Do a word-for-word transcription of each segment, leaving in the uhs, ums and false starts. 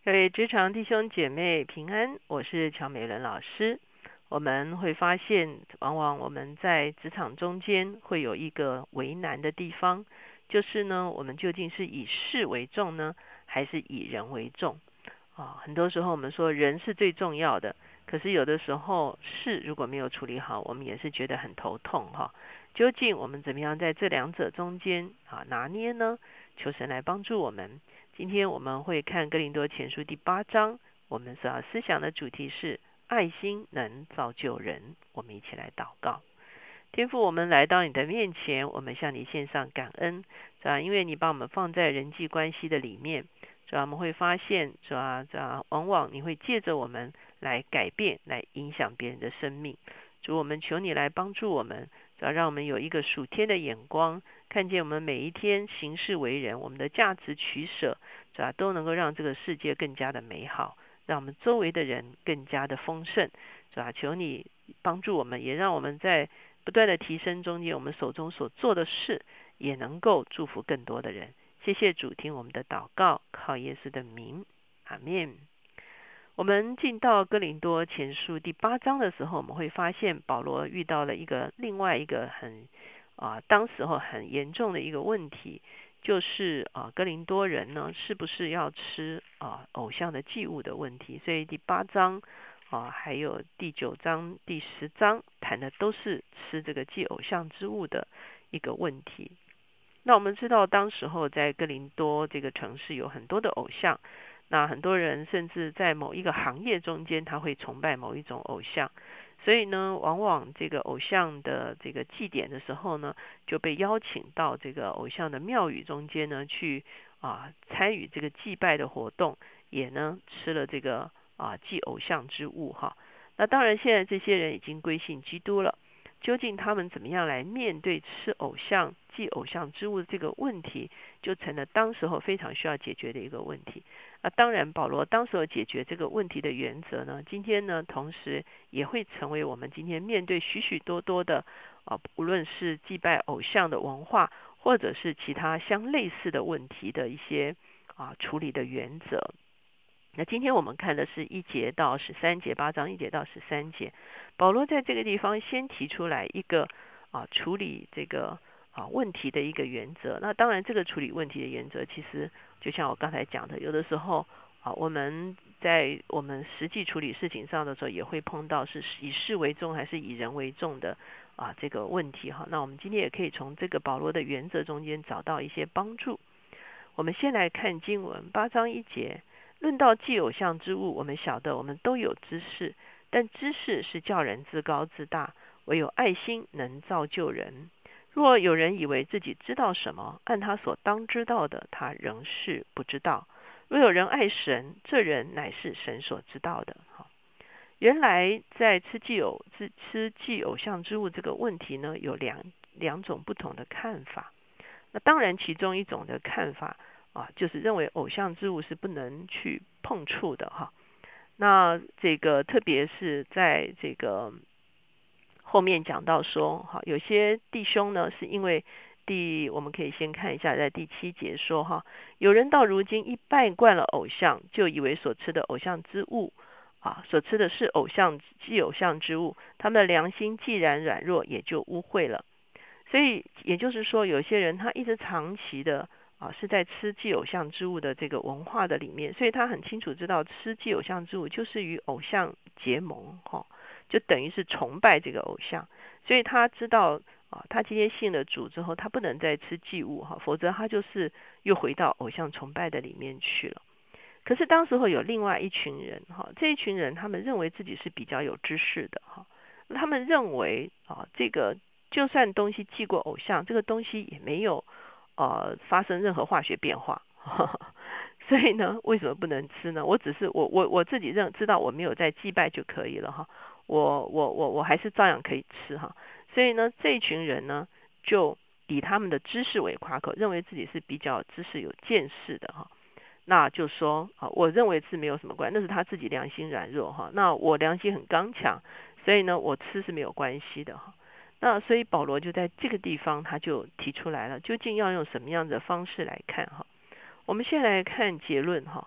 各位职场弟兄姐妹平安，我是乔美伦老师。我们会发现，往往我们在职场中间会有一个为难的地方，就是呢，我们究竟是以事为重呢，还是以人为重？啊，很多时候我们说人是最重要的，可是有的时候事如果没有处理好，我们也是觉得很头痛哈。究竟我们怎么样在这两者中间啊拿捏呢？求神来帮助我们。今天我们会看哥林多前书第八章，我们所要思想的主题是爱心能造就人。我们一起来祷告。天父，我们来到你的面前，我们向你献上感恩，是吧？因为你把我们放在人际关系的里面，是吧？我们会发现，是吧？是吧？往往你会借着我们来改变，来影响别人的生命。主，我们求你来帮助我们，是吧？让我们有一个属天的眼光，看见我们每一天行事为人，我们的价值取舍，是吧？都能够让这个世界更加的美好，让我们周围的人更加的丰盛，是吧？求你帮助我们，也让我们在不断的提升中间，我们手中所做的事也能够祝福更多的人。谢谢主，听我们的祷告，靠耶稣的名，阿们。我们进到哥林多前书第八章的时候，我们会发现保罗遇到了一个另外一个很啊，当时候很严重的一个问题，就是啊，哥林多人呢是不是要吃啊偶像的祭物的问题。所以第八章啊，还有第九章、第十章谈的都是吃这个祭偶像之物的一个问题。那我们知道，当时候在哥林多这个城市有很多的偶像，那很多人甚至在某一个行业中间，他会崇拜某一种偶像，所以呢，往往这个偶像的这个祭典的时候呢，就被邀请到这个偶像的庙宇中间呢去啊参与这个祭拜的活动，也呢吃了这个啊祭偶像之物哈。那当然，现在这些人已经归信基督了。究竟他们怎么样来面对吃偶像、祭偶像之物的这个问题，就成了当时候非常需要解决的一个问题。啊，当然，保罗当时候解决这个问题的原则呢，今天呢，同时也会成为我们今天面对许许多多的啊，无论是祭拜偶像的文化，或者是其他相类似的问题的一些啊处理的原则。那今天我们看的是一节到十三节，八章一节到十三节。保罗在这个地方先提出来一个啊处理这个啊问题的一个原则。那当然，这个处理问题的原则，其实就像我刚才讲的，有的时候啊我们在我们实际处理事情上的时候，也会碰到是以事为重还是以人为重的啊这个问题哈。那我们今天也可以从这个保罗的原则中间找到一些帮助。我们先来看经文八章一节。论到祭偶像之物，我们晓得我们都有知识，但知识是叫人自高自大，唯有爱心能造就人。若有人以为自己知道什么，按他所当知道的，他仍是不知道。若有人爱神，这人乃是神所知道的。原来在吃祭偶、吃祭偶像之物这个问题呢，有两两种不同的看法。那当然，其中一种的看法啊，就是认为偶像之物是不能去碰触的哈。那这个特别是在这个后面讲到说，哈，有些弟兄呢是因为第我们可以先看一下，在第七节说哈，有人到如今一拜惯了偶像，就以为所吃的偶像之物啊，所吃的是偶像祭偶像之物，他们的良心既然软弱，也就污秽了。所以也就是说，有些人他一直长期的啊是在吃祭偶像之物的这个文化的里面，所以他很清楚知道吃祭偶像之物就是与偶像结盟哈，就等于是崇拜这个偶像，所以他知道啊，他今天信了主之后，他不能再吃祭物哈，否则他就是又回到偶像崇拜的里面去了。可是当时候有另外一群人哈，这一群人他们认为自己是比较有知识的哈，他们认为啊这个。就算东西寄过偶像，这个东西也没有呃发生任何化学变化，所以呢，为什么不能吃呢？我只是我我我自己认知道我没有在祭拜就可以了哈，我我我我还是照样可以吃哈。所以呢，这一群人呢，就以他们的知识为夸口，认为自己是比较知识有见识的哈。那就说啊，我认为是没有什么关系，那是他自己良心软弱哈。那我良心很刚强，所以呢，我吃是没有关系的哈。那所以保罗就在这个地方他就提出来了，究竟要用什么样的方式来看哈？我们先来看结论哈。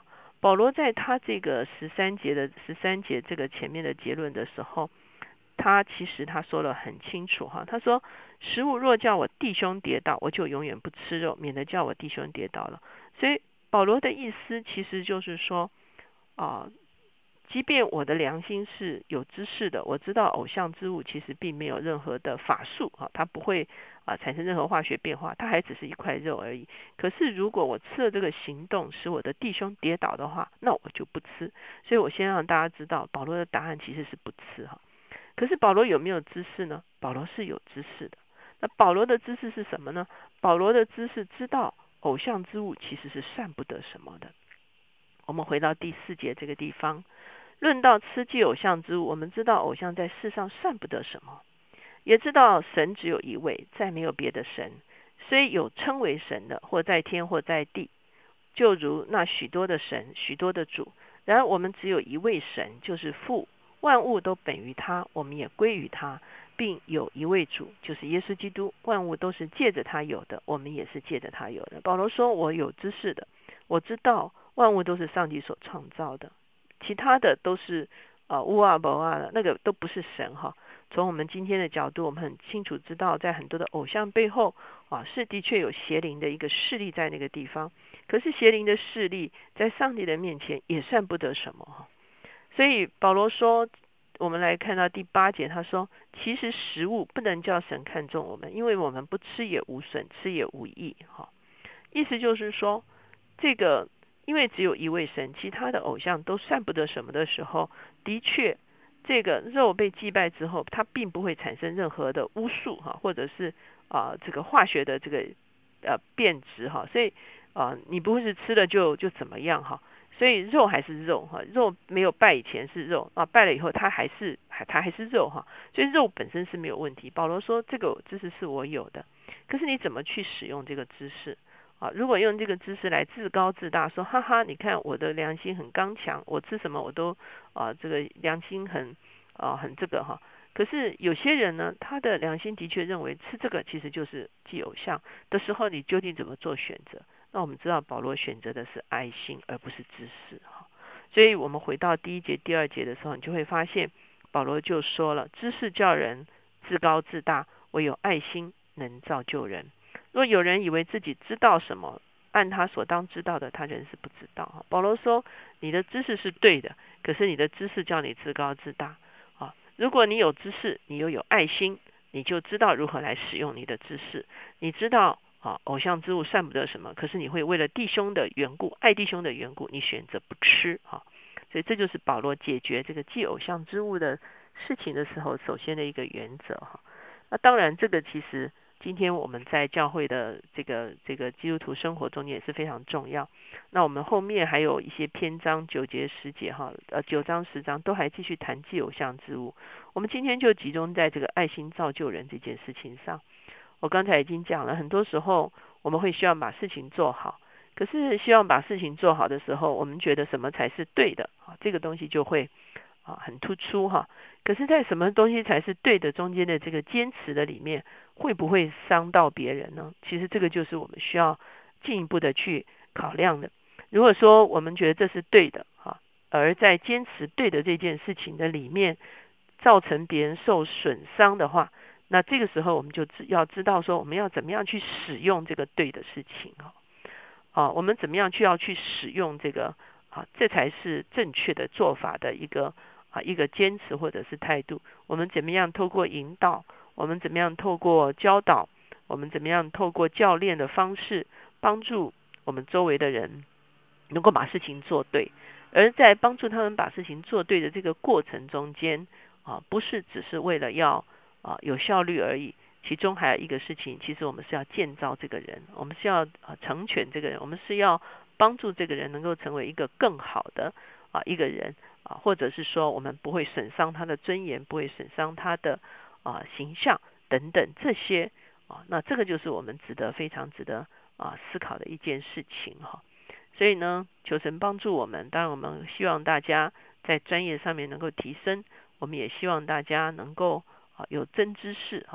保罗在他这个十三节的十三节这个前面的结论的时候，他其实他说了很清楚哈，他说食物若叫我弟兄跌倒，我就永远不吃肉，免得叫我弟兄跌倒了。所以保罗的意思其实就是说啊、呃，即便我的良心是有知识的，我知道偶像之物其实并没有任何的法术啊，它不会啊产生任何化学变化，它还只是一块肉而已。可是如果我吃了这个行动使我的弟兄跌倒的话，那我就不吃。所以我先让大家知道，保罗的答案其实是不吃哈。可是保罗有没有知识呢？保罗是有知识的。那保罗的知识是什么呢？保罗的知识知道偶像之物其实是算不得什么的。我们回到第四节这个地方，论到吃祭偶像之物，我们知道偶像在世上算不得什么，也知道神只有一位，再没有别的神，虽有称为神的，或在天或在地，就如那许多的神，许多的主，然而我们只有一位神，就是父，万物都本于他，我们也归于他，并有一位主，就是耶稣基督，万物都是借着他有的，我们也是借着他有的。保罗说，我有知识的，我知道万物都是上帝所创造的，其他的都是啊乌啊伯啊的，那个都不是神哈。从我们今天的角度，我们很清楚知道，在很多的偶像背后啊，是的确有邪灵的一个势力在那个地方。可是邪灵的势力在上帝的面前也算不得什么哈。所以保罗说，我们来看到第八节，他说，其实食物不能叫神看重我们，因为我们不吃也无损，吃也无益哈。意思就是说，这个因为只有一位神，其他的偶像都算不得什么的时候，的确这个肉被祭拜之后，它并不会产生任何的巫术哈，或者是啊、呃、这个化学的这个呃变质哈，所以啊、呃、你不会是吃了就就怎么样哈，所以肉还是肉哈，肉没有拜以前是肉啊，拜了以后它还是还它还是肉哈，所以肉本身是没有问题。保罗说这个知识是我有的，可是你怎么去使用这个知识？啊，如果用这个知识来自高自大，说哈哈，你看我的良心很刚强，我吃什么我都啊，这个良心很啊很这个哈。可是有些人呢，他的良心的确认为吃这个其实就是祭偶像的时候，你究竟怎么做选择？那我们知道保罗选择的是爱心，而不是知识哈。所以我们回到第一节、第二节的时候，你就会发现保罗就说了：知识叫人自高自大，唯有爱心能造就人。若有人以为自己知道什么，按他所当知道的，他仍是不知道。保罗说，你的知识是对的，可是你的知识叫你自高自大。如果你有知识，你又有爱心，你就知道如何来使用你的知识。你知道啊，偶像之物算不得什么，可是你会为了弟兄的缘故，爱弟兄的缘故，你选择不吃哈。所以这就是保罗解决这个祭偶像之物的事情的时候，首先的一个原则哈。那当然，这个其实今天我们在教会的这个这个基督徒生活中也是非常重要。那我们后面还有一些篇章九节十节哈，呃九章十章都还继续谈祭偶像之物。我们今天就集中在这个爱心造就人这件事情上。我刚才已经讲了，很多时候我们会希望把事情做好，可是希望把事情做好的时候，我们觉得什么才是对的啊？这个东西就会啊很突出哈。可是，在什么东西才是对的中间的这个坚持的里面，会不会伤到别人呢？其实这个就是我们需要进一步的去考量的。如果说我们觉得这是对的哈，而在坚持对的这件事情的里面，造成别人受损伤的话，那这个时候我们就要知道说，我们要怎么样去使用这个对的事情哈。啊，我们怎么样去要去使用这个啊，这才是正确的做法的一个啊一个坚持或者是态度。我们怎么样透过引导，我们怎么样透过教导，我们怎么样透过教练的方式，帮助我们周围的人能够把事情做对。而在帮助他们把事情做对的这个过程中间啊，不是只是为了要啊有效率而已。其中还有一个事情，其实我们是要建造这个人，我们是要啊成全这个人，我们是要帮助这个人能够成为一个更好的啊一个人啊，或者是说我们不会损伤他的尊严，不会损伤他的啊形象等等这些啊，那这个就是我们值得非常值得啊思考的一件事情哈。所以呢，求神帮助我们，当然我们希望大家在专业上面能够提升，我们也希望大家能够啊有真知识哈。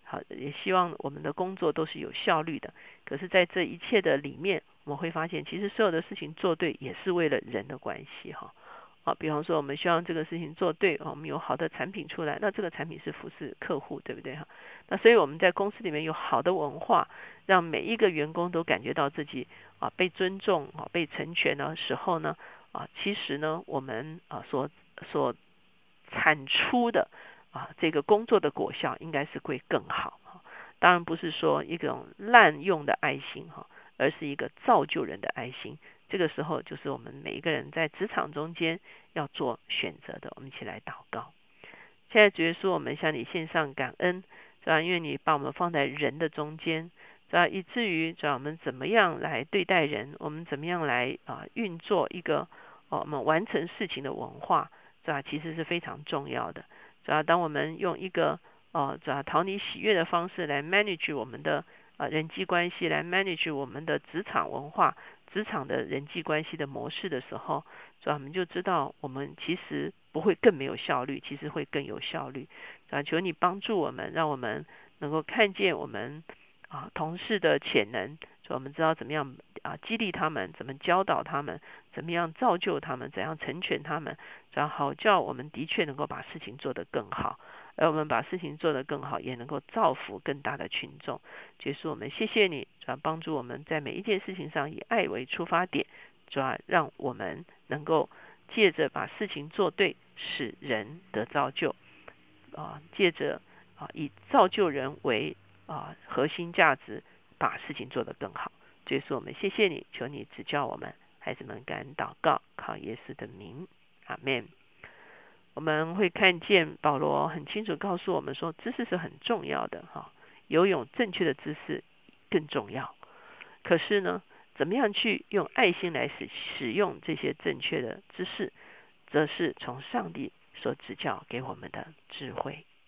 好，也希望我们的工作都是有效率的。可是在这一切的里面，我们会发现，其实所有的事情做对，也是为了人的关系哈。好，比方说我们希望这个事情做对，我们有好的产品出来，那这个产品是服侍客户，对不对哈？那所以我们在公司里面有好的文化，让每一个员工都感觉到自己啊被尊重啊被成全的时候呢啊，其实呢我们啊所所产出的啊这个工作的果效应该是会更好。当然不是说一种滥用的爱心哈，而是一个造就人的爱心。这个时候就是我们每一个人在职场中间要做选择的。我们一起来祷告。现在主耶稣，我们向你献上感恩，主要因为你把我们放在人的中间，主要以至于主要我们怎么样来对待人，我们怎么样来啊运作一个我们完成事情的文化，主要其实是非常重要的。主要当我们用一个哦，主要讨你喜悦的方式来 manage 我们的啊人际关系，来 manage 我们的职场文化、职场的人际关系的模式的时候，主要我们就知道我们其实不会更没有效率，其实会更有效率。啊，求你帮助我们，让我们能够看见我们啊同事的潜能，所以我们知道怎么样啊激励他们，怎么教导他们，怎么样造就他们，怎样成全他们，然后好叫我们的确能够把事情做得更好。而我们把事情做得更好，也能够造福更大的群众。结束，我们谢谢你，主要帮助我们在每一件事情上以爱为出发点，主要让我们能够借着把事情做对，使人得造就啊，借着啊以造就人为啊核心价值，把事情做得更好。结束，我们谢谢你，求你指教我们，孩子们感恩祷告，靠耶稣的名，阿们。我们会看见保罗很清楚告诉我们说，知识是很重要的哈，游泳正确的知识更重要。可是呢，怎么样去用爱心来使使用这些正确的知识，则是从上帝所指教给我们的智慧。